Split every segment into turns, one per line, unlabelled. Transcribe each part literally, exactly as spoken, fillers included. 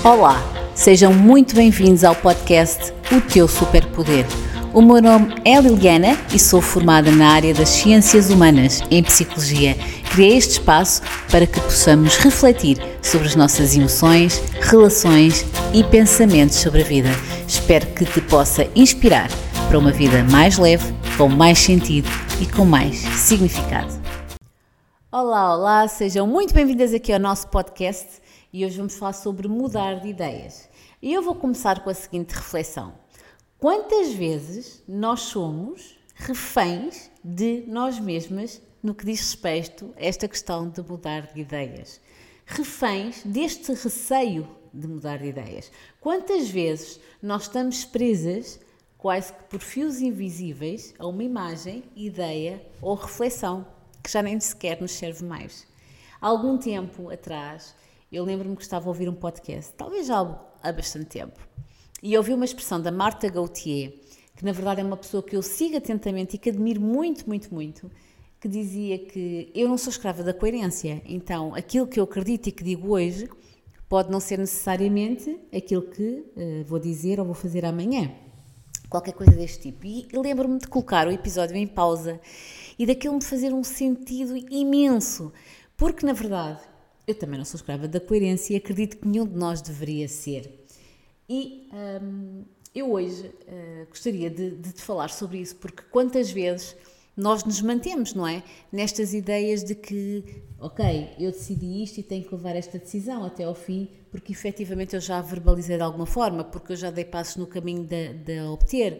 Olá, sejam muito bem-vindos ao podcast O Teu Superpoder. O meu nome é Liliana e sou formada na área das Ciências Humanas, em Psicologia. Criei este espaço para que possamos refletir sobre as nossas emoções, relações e pensamentos sobre a vida. Espero que te possa inspirar para uma vida mais leve, com mais sentido e com mais significado. Olá, olá, sejam muito bem-vindas aqui ao nosso podcast e hoje vamos falar sobre mudar de ideias. E eu vou começar com a seguinte reflexão. Quantas vezes nós somos reféns de nós mesmas no que diz respeito a esta questão de mudar de ideias? Reféns deste receio de mudar de ideias. Quantas vezes nós estamos presas, quase que por fios invisíveis, a uma imagem, ideia ou reflexão que já nem sequer nos serve mais? Há algum tempo atrás, eu lembro-me que estava a ouvir um podcast, talvez já há bastante tempo, e ouvi uma expressão da Martha Gauthier, que na verdade é uma pessoa que eu sigo atentamente e que admiro muito, muito, muito, que dizia que eu não sou escrava da coerência, então aquilo que eu acredito e que digo hoje pode não ser necessariamente aquilo que uh, vou dizer ou vou fazer amanhã. Qualquer coisa deste tipo. E lembro-me de colocar o episódio em pausa e daquilo me fazer um sentido imenso, porque na verdade eu também não sou escrava da coerência e acredito que nenhum de nós deveria ser. E hum, eu hoje uh, gostaria de, de te falar sobre isso, porque quantas vezes nós nos mantemos, não é? Nestas ideias de que, ok, eu decidi isto e tenho que levar esta decisão até ao fim, porque efetivamente eu já a verbalizei de alguma forma, porque eu já dei passos no caminho de, de a obter.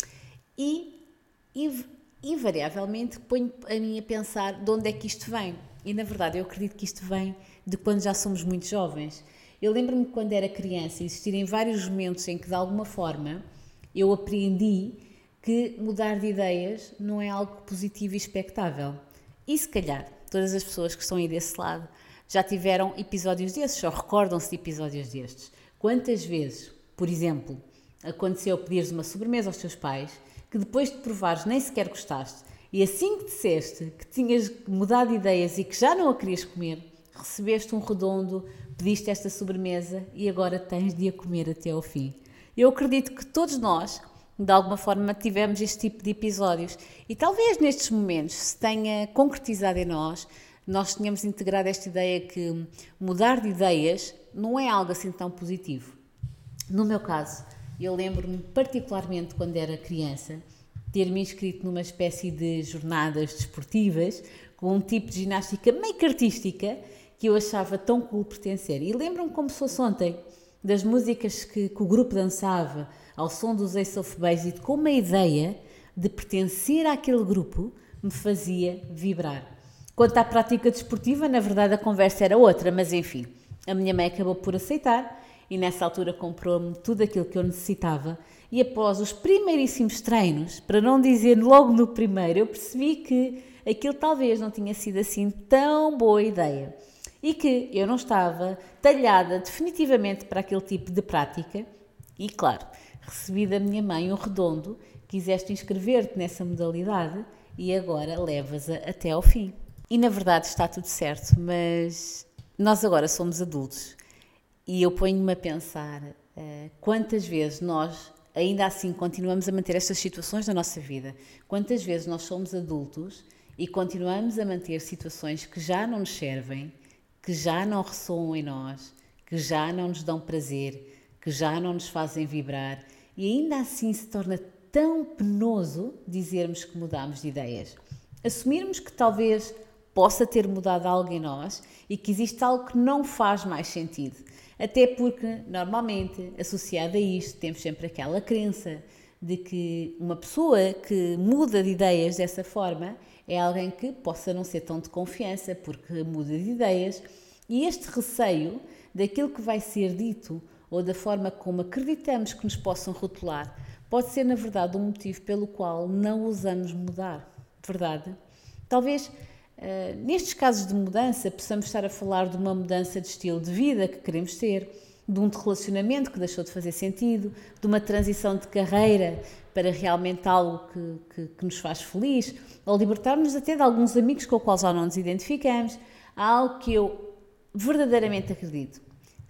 E, e invariavelmente ponho a mim a pensar de onde é que isto vem. E na verdade eu acredito que isto vem de quando já somos muito jovens. Eu lembro-me que quando era criança existirem vários momentos em que de alguma forma eu apreendi que mudar de ideias não é algo positivo e expectável. E se calhar todas as pessoas que estão aí desse lado já tiveram episódios desses ou recordam-se de episódios destes. Quantas vezes, por exemplo, aconteceu pedires uma sobremesa aos teus pais que depois de provares nem sequer gostaste e assim que disseste que tinhas mudado de ideias e que já não a querias comer, recebeste um redondo, pediste esta sobremesa e agora tens de a comer até ao fim. Eu acredito que todos nós, de alguma forma, tivemos este tipo de episódios e talvez nestes momentos se tenha concretizado em nós, nós tenhamos integrado esta ideia que mudar de ideias não é algo assim tão positivo. No meu caso, eu lembro-me particularmente quando era criança, ter-me inscrito numa espécie de jornadas desportivas com um tipo de ginástica meio que artística que eu achava tão cool pertencer. E lembro-me como se fosse ontem das músicas que, que o grupo dançava ao som dos Ace of Base e de como a ideia de pertencer àquele grupo me fazia vibrar. Quanto à prática desportiva, na verdade a conversa era outra, mas enfim, a minha mãe acabou por aceitar e nessa altura comprou-me tudo aquilo que eu necessitava e após os primeiríssimos treinos, para não dizer logo no primeiro, eu percebi que aquilo talvez não tinha sido assim tão boa ideia e que eu não estava talhada definitivamente para aquele tipo de prática e, claro, recebi da minha mãe um redondo, quiseste inscrever-te nessa modalidade e agora levas-a até ao fim. E na verdade está tudo certo, mas nós agora somos adultos e eu ponho-me a pensar uh, quantas vezes nós ainda assim continuamos a manter estas situações na nossa vida, quantas vezes nós somos adultos e continuamos a manter situações que já não nos servem, que já não ressoam em nós, que já não nos dão prazer, que já não nos fazem vibrar e ainda assim se torna tão penoso dizermos que mudamos de ideias. Assumirmos que talvez possa ter mudado algo em nós e que existe algo que não faz mais sentido. Até porque, normalmente, associado a isto, temos sempre aquela crença de que uma pessoa que muda de ideias dessa forma é alguém que possa não ser tão de confiança, porque muda de ideias. E este receio daquilo que vai ser dito ou da forma como acreditamos que nos possam rotular pode ser, na verdade, um motivo pelo qual não ousamos mudar. Verdade? Talvez Uh, nestes casos de mudança, possamos estar a falar de uma mudança de estilo de vida que queremos ter, de um relacionamento que deixou de fazer sentido, de uma transição de carreira para realmente algo que, que, que nos faz feliz, ou libertar-nos até de alguns amigos com os quais já não nos identificamos. Há algo que eu verdadeiramente acredito.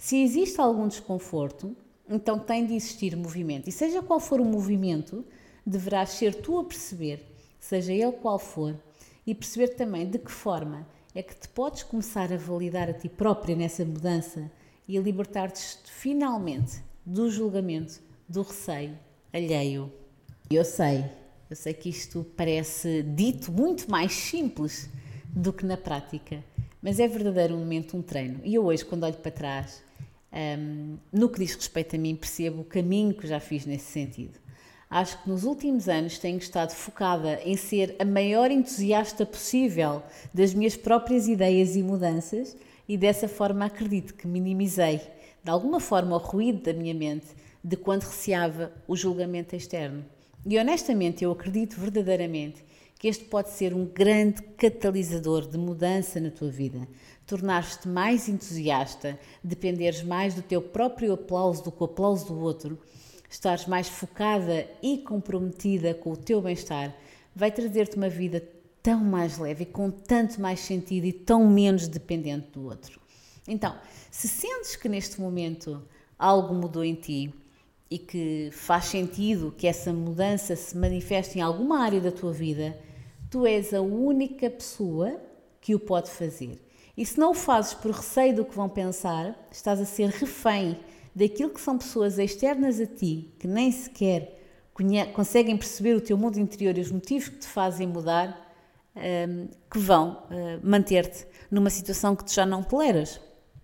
Se existe algum desconforto, então tem de existir movimento. E seja qual for o movimento, deverás ser tu a perceber, seja ele qual for, e perceber também de que forma é que te podes começar a validar a ti própria nessa mudança e a libertar-te finalmente do julgamento, do receio alheio. Eu sei, eu sei que isto parece dito muito mais simples do que na prática, mas é verdadeiramente um treino. E eu hoje, quando olho para trás, um, no que diz respeito a mim, percebo o caminho que já fiz nesse sentido. Acho que nos últimos anos tenho estado focada em ser a maior entusiasta possível das minhas próprias ideias e mudanças e dessa forma acredito que minimizei, de alguma forma, o ruído da minha mente de quando receava o julgamento externo. E honestamente eu acredito verdadeiramente que este pode ser um grande catalisador de mudança na tua vida. Tornar-te mais entusiasta, dependeres mais do teu próprio aplauso do que o aplauso do outro, estares mais focada e comprometida com o teu bem-estar, vai trazer-te uma vida tão mais leve e com tanto mais sentido e tão menos dependente do outro. Então, se sentes que neste momento algo mudou em ti e que faz sentido que essa mudança se manifeste em alguma área da tua vida, tu és a única pessoa que o pode fazer. E se não o fazes por receio do que vão pensar, estás a ser refém daquilo que são pessoas externas a ti, que nem sequer conseguem perceber o teu mundo interior e os motivos que te fazem mudar, um, que vão uh, manter-te numa situação que tu já não toleras.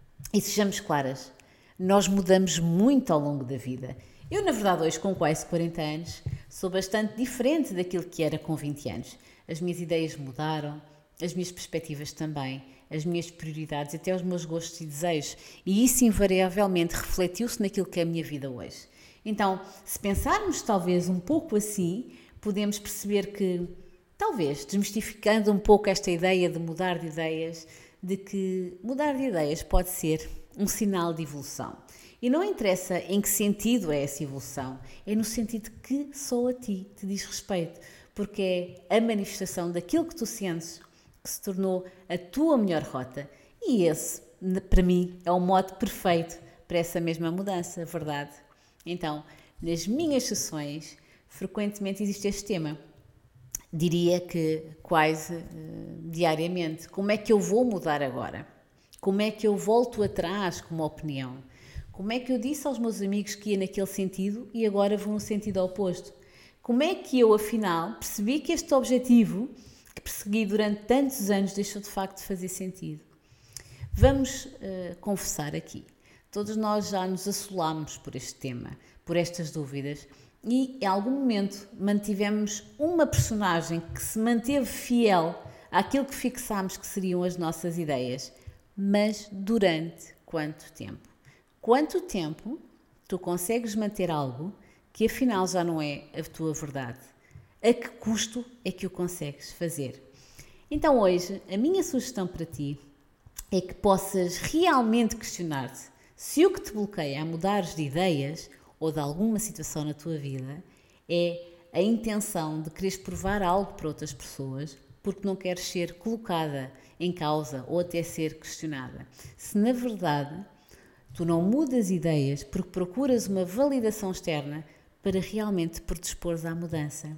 E sejamos claras, nós mudamos muito ao longo da vida. Eu, na verdade, hoje, com quase quarenta anos, sou bastante diferente daquilo que era com vinte anos. As minhas ideias mudaram, as minhas perspectivas também, as minhas prioridades, até os meus gostos e desejos. E isso invariavelmente refletiu-se naquilo que é a minha vida hoje. Então, se pensarmos talvez um pouco assim, podemos perceber que, talvez, desmistificando um pouco esta ideia de mudar de ideias, de que mudar de ideias pode ser um sinal de evolução. E não interessa em que sentido é essa evolução, é no sentido que só a ti te diz respeito, porque é a manifestação daquilo que tu sentes que se tornou a tua melhor rota. E esse, para mim, é o modo perfeito para essa mesma mudança, verdade? Então, nas minhas sessões, frequentemente existe este tema. Diria que quase uh, diariamente. Como é que eu vou mudar agora? Como é que eu volto atrás com uma opinião? Como é que eu disse aos meus amigos que ia naquele sentido e agora vou no sentido oposto? Como é que eu, afinal, percebi que este objetivo que persegui durante tantos anos deixou de facto de fazer sentido? Vamos uh, confessar aqui. Todos nós já nos assolámos por este tema, por estas dúvidas, e em algum momento mantivemos uma personagem que se manteve fiel àquilo que fixámos que seriam as nossas ideias. Mas durante quanto tempo? Quanto tempo tu consegues manter algo que afinal já não é a tua verdade? A que custo é que o consegues fazer? Então hoje a minha sugestão para ti é que possas realmente questionar-te se o que te bloqueia a mudares de ideias ou de alguma situação na tua vida é a intenção de quereres provar algo para outras pessoas porque não queres ser colocada em causa ou até ser questionada. Se na verdade tu não mudas ideias porque procuras uma validação externa para realmente predispores à mudança.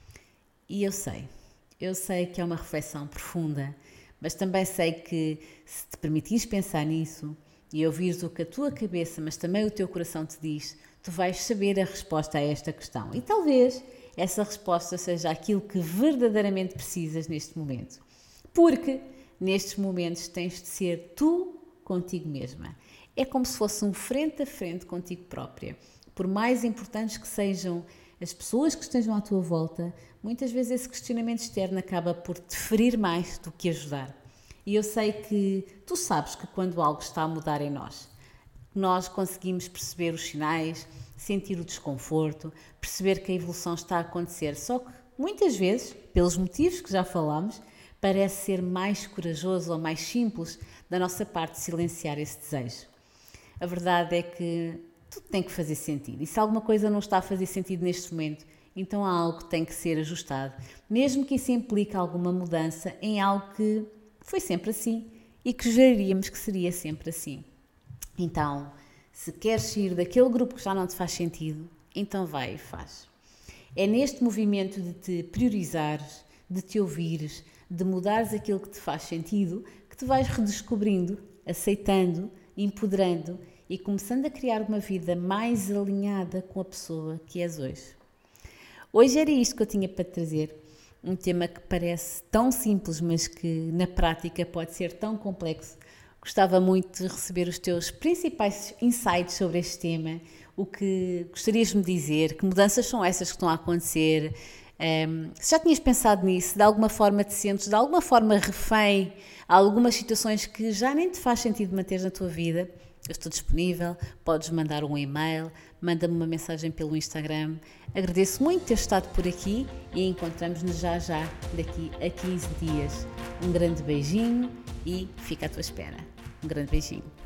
E eu sei, eu sei que é uma reflexão profunda, mas também sei que se te permitires pensar nisso e ouvires o que a tua cabeça, mas também o teu coração te diz, tu vais saber a resposta a esta questão. E talvez essa resposta seja aquilo que verdadeiramente precisas neste momento. Porque nestes momentos tens de ser tu contigo mesma. É como se fosse um frente a frente contigo própria. Por mais importantes que sejam as pessoas que estejam à tua volta, muitas vezes esse questionamento externo acaba por te ferir mais do que ajudar. E eu sei que tu sabes que quando algo está a mudar em nós, nós conseguimos perceber os sinais, sentir o desconforto, perceber que a evolução está a acontecer. Só que muitas vezes, pelos motivos que já falámos, parece ser mais corajoso ou mais simples da nossa parte silenciar esse desejo. A verdade é que tudo tem que fazer sentido. E se alguma coisa não está a fazer sentido neste momento, então há algo que tem que ser ajustado, mesmo que isso implique alguma mudança em algo que foi sempre assim e que juraríamos que seria sempre assim. Então, se queres sair daquele grupo que já não te faz sentido, então vai e faz. É neste movimento de te priorizares, de te ouvires, de mudares aquilo que te faz sentido, que te vais redescobrindo, aceitando, empoderando e começando a criar uma vida mais alinhada com a pessoa que és hoje. Hoje era isto que eu tinha para te trazer, um tema que parece tão simples, mas que na prática pode ser tão complexo. Gostava muito de receber os teus principais insights sobre este tema, o que gostarias de me dizer, que mudanças são essas que estão a acontecer, um, se já tinhas pensado nisso, de alguma forma te sentes, de alguma forma refém a algumas situações que já nem te faz sentido manter na tua vida. Eu estou disponível, podes mandar um e-mail, manda-me uma mensagem pelo Instagram. Agradeço muito ter estado por aqui e encontramos-nos já já daqui a quinze dias. Um grande beijinho e fica à tua espera. Um grande beijinho.